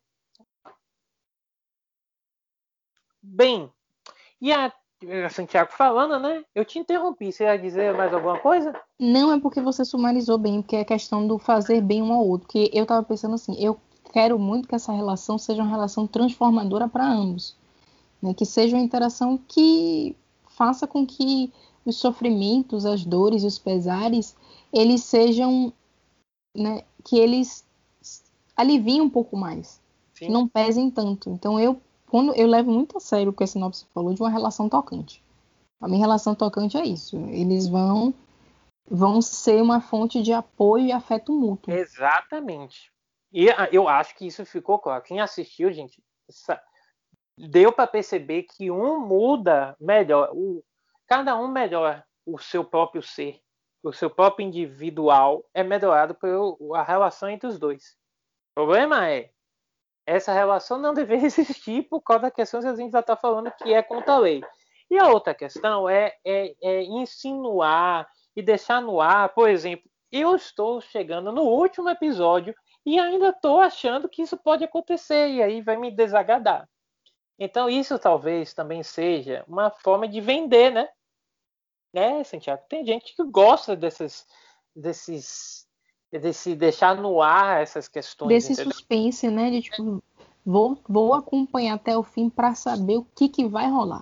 Speaker 3: Bem, e a, a Santiago falando, né? Eu te interrompi. Você ia dizer mais alguma coisa?
Speaker 2: Não é porque você sumarizou bem, porque é questão do fazer bem um ao outro. Porque eu tava pensando assim, eu quero muito que essa relação seja uma relação transformadora para ambos. Né? Que seja uma interação que faça com que os sofrimentos, as dores e os pesares, eles sejam, né, que eles aliviem um pouco mais,
Speaker 3: Sim.
Speaker 2: que não pesem tanto. Então eu, quando eu levo muito a sério o que a sinopse falou de uma relação tocante. A minha relação tocante é isso. Eles vão vão ser uma fonte de apoio e afeto mútuo.
Speaker 3: Exatamente. E eu acho que isso ficou claro. Quem assistiu, gente, deu para perceber que um muda melhor, o, cada um melhora o seu próprio ser, o seu próprio individual é melhorado pela relação entre os dois. O problema é, essa relação não deveria existir por causa da questão que a gente já está falando, que é contra a lei. E a outra questão é, é, é insinuar e deixar no ar, por exemplo, eu estou chegando no último episódio e ainda estou achando que isso pode acontecer, e aí vai me desagradar. Então isso talvez também seja uma forma de vender, né? Né, Santiago? Tem gente que gosta desses, desses, desse deixar no ar essas questões,
Speaker 2: Desse
Speaker 3: entendeu?
Speaker 2: suspense, né? De tipo, vou, vou acompanhar até o fim para saber o que, que vai rolar.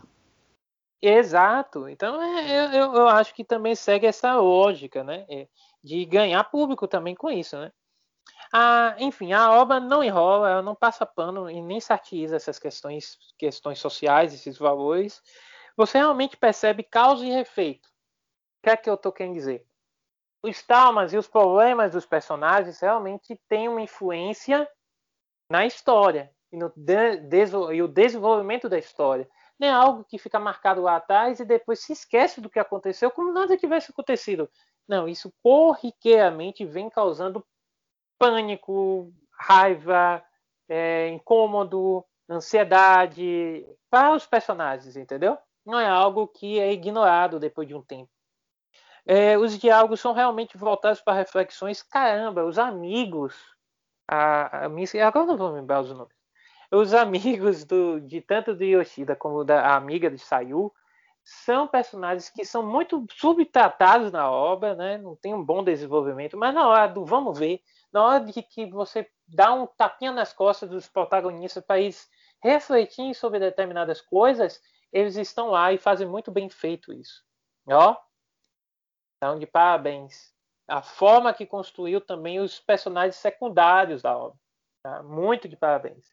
Speaker 3: Exato. Então eu, eu, eu acho que também segue essa lógica, né? De ganhar público também com isso, né? Ah, enfim, a obra não enrola, ela não passa pano e nem satiza essas questões, questões sociais, esses valores. Você realmente percebe causa e efeito. O que é que eu estou querendo dizer? Os traumas e os problemas dos personagens realmente têm uma influência na história e, no de, e o desenvolvimento da história. Não é algo que fica marcado lá atrás e depois se esquece do que aconteceu como nada tivesse acontecido. Não, isso corriqueiramente vem causando pânico, raiva, é, incômodo, ansiedade para os personagens, entendeu? Não é algo que é ignorado depois de um tempo. É, os diálogos são realmente voltados para reflexões. Caramba, os amigos. A, a, agora não vou lembrar os nomes. Os amigos do, de tanto de Yoshida como da amiga de Sayu são personagens que são muito subtratados na obra, né? Não tem um bom desenvolvimento, mas na hora do vamos ver, na hora de que você dá um tapinha nas costas dos protagonistas para eles refletirem sobre determinadas coisas, eles estão lá e fazem muito bem feito isso. Ó, então, de parabéns. A forma que construiu também os personagens secundários da obra. Tá? Muito de parabéns.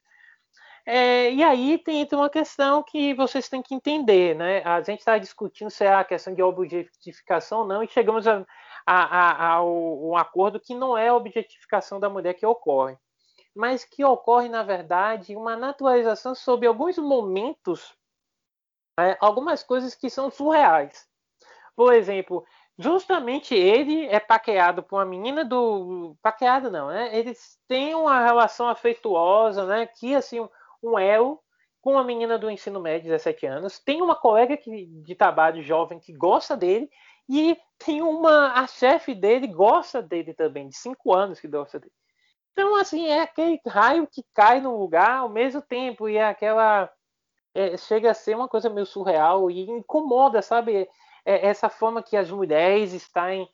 Speaker 3: É, e aí tem uma questão que vocês têm que entender, né? A gente está discutindo se é a questão de objetificação ou não, e chegamos a, a, a, ao um acordo que não é a objetificação da mulher que ocorre, mas que ocorre, na verdade, uma naturalização sobre alguns momentos, né, algumas coisas que são surreais. Por exemplo, justamente ele é paquerado por uma menina do... Paquerado não, né? Eles têm uma relação afetuosa, né? Que, assim, um, um elo com uma menina do ensino médio, dezessete anos. Tem uma colega que, de trabalho jovem que gosta dele. E tem uma... A chefe dele gosta dele também, de cinco anos que gosta dele. Então, assim, é aquele raio que cai no lugar ao mesmo tempo. E é aquela... É, chega a ser uma coisa meio surreal e incomoda, sabe? É, essa forma que as mulheres estão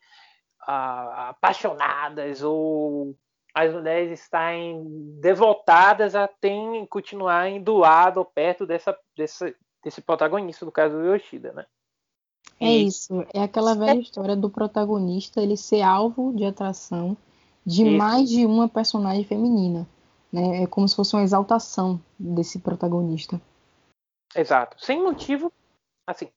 Speaker 3: ah, apaixonadas ou as mulheres estão devotadas a tem, continuar do lado ou perto dessa, dessa, desse protagonista, no caso do Yoshida, né?
Speaker 2: É
Speaker 3: E...
Speaker 2: isso, é aquela velha história do protagonista ele ser alvo de atração de
Speaker 3: Isso.
Speaker 2: mais de uma personagem feminina, né? É como se fosse uma exaltação desse protagonista.
Speaker 3: Exato. Sem motivo, assim,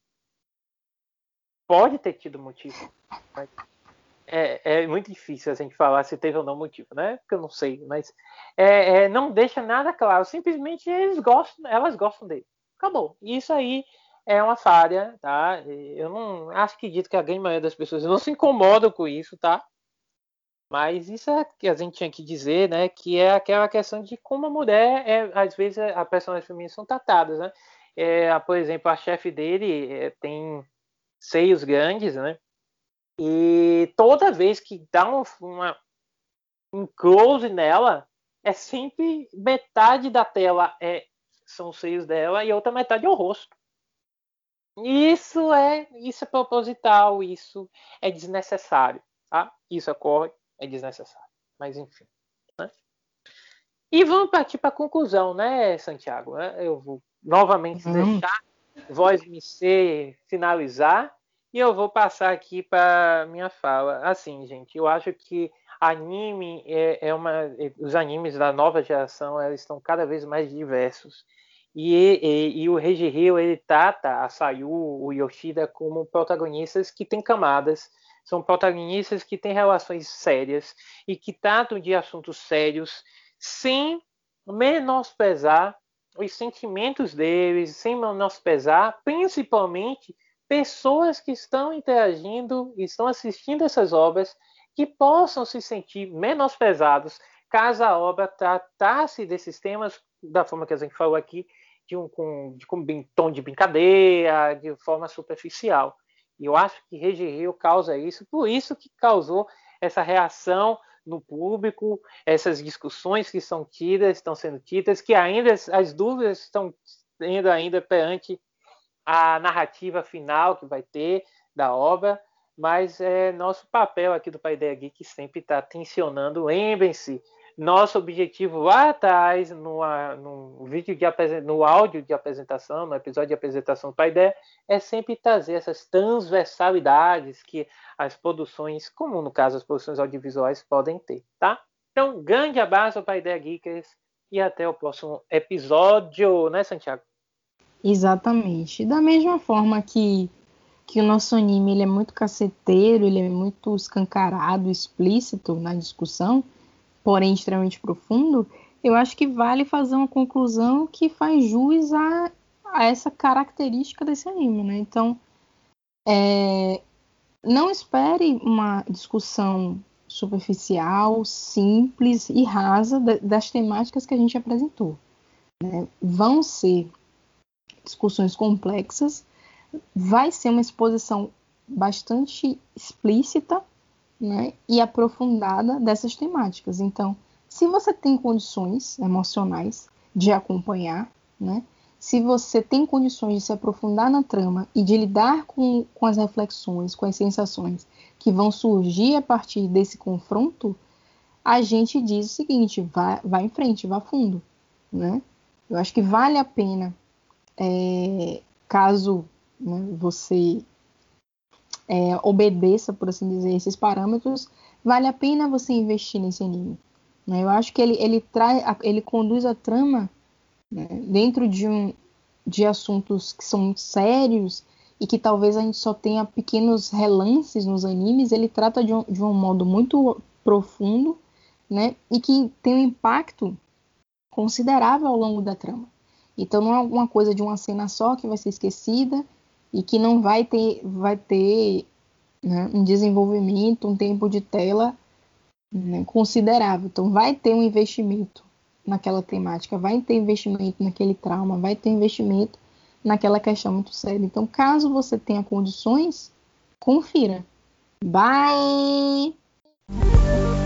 Speaker 3: pode ter tido motivo, mas é, é muito difícil a gente falar se teve ou não motivo, né? Porque eu não sei, mas é, é, não deixa nada claro. Simplesmente eles gostam, elas gostam dele. Acabou. E isso aí é uma falha, tá? Eu não acho que dito que a grande maioria das pessoas não se incomodam com isso, tá? Mas isso é que a gente tinha que dizer, né? Que é aquela questão de como a mulher, é, às vezes, a personagem feminina são tratadas, né? É, por exemplo, a chefe dele é, tem seios grandes, né? E toda vez que dá um, uma, um close nela, é sempre metade da tela é, são os seios dela e a outra metade é o rosto. Isso é, isso é proposital, isso é desnecessário, tá? Isso ocorre, é desnecessário. Mas enfim. Né? E vamos partir para a conclusão, né, Santiago? Eu vou novamente
Speaker 2: Vamos.
Speaker 3: deixar voz me ser finalizar e eu vou passar aqui para minha fala. Assim, gente, eu acho que anime é, é uma, os animes da nova geração eles estão cada vez mais diversos. E, e, e o Reiji Hyo, ele trata a Sayu, o Yoshida, como protagonistas que têm camadas, são protagonistas que têm relações sérias e que tratam de assuntos sérios sem menosprezar os sentimentos deles, sem menosprezar, principalmente pessoas que estão interagindo, estão assistindo essas obras, que possam se sentir menosprezados caso a obra tratasse desses temas da forma que a gente falou aqui, de um, com, de um tom de brincadeira, de forma superficial. E eu acho que Reiji Hyo causa isso, por isso que causou essa reação no público, essas discussões que são tidas, estão sendo tidas, que ainda as dúvidas estão tendo ainda perante a narrativa final que vai ter da obra, mas é nosso papel aqui do Paideia Geek sempre está tensionando. Lembrem-se, nosso objetivo lá atrás, no, no, vídeo de, no áudio de apresentação, no episódio de apresentação do Paideia, é sempre trazer essas transversalidades que as produções, como no caso as produções audiovisuais, podem ter, tá? Então, grande abraço ao Paideia Geekers e até o próximo episódio, né, Santiago?
Speaker 2: Exatamente. Da mesma forma que, que o nosso anime ele é muito caceteiro, ele é muito escancarado, explícito na discussão, porém extremamente profundo, eu acho que vale fazer uma conclusão que faz jus a, a essa característica desse anime, né? Então, é, não espere uma discussão superficial, simples e rasa das temáticas que a gente apresentou, né? Vão ser discussões complexas, vai ser uma exposição bastante explícita, né, e aprofundada dessas temáticas. Então, se você tem condições emocionais de acompanhar, né, se você tem condições de se aprofundar na trama e de lidar com, com as reflexões, com as sensações que vão surgir a partir desse confronto, a gente diz o seguinte, vá, vá em frente, vá fundo, né? Eu acho que vale a pena, é, caso, né, você é, obedeça, por assim dizer, esses parâmetros, vale a pena você investir nesse anime. Né? Eu acho que ele, ele, trai, ele conduz a trama, né, dentro de, um, de assuntos que são muito sérios e que talvez a gente só tenha pequenos relances nos animes. Ele trata de um, de um modo muito profundo, né, e que tem um impacto considerável ao longo da trama. Então não é alguma coisa de uma cena só que vai ser esquecida e que não vai ter, vai ter, né, um desenvolvimento, um tempo de tela, né, considerável. Então vai ter um investimento naquela temática, vai ter investimento naquele trauma, vai ter investimento naquela questão muito séria. Então, caso você tenha condições, confira. Bye!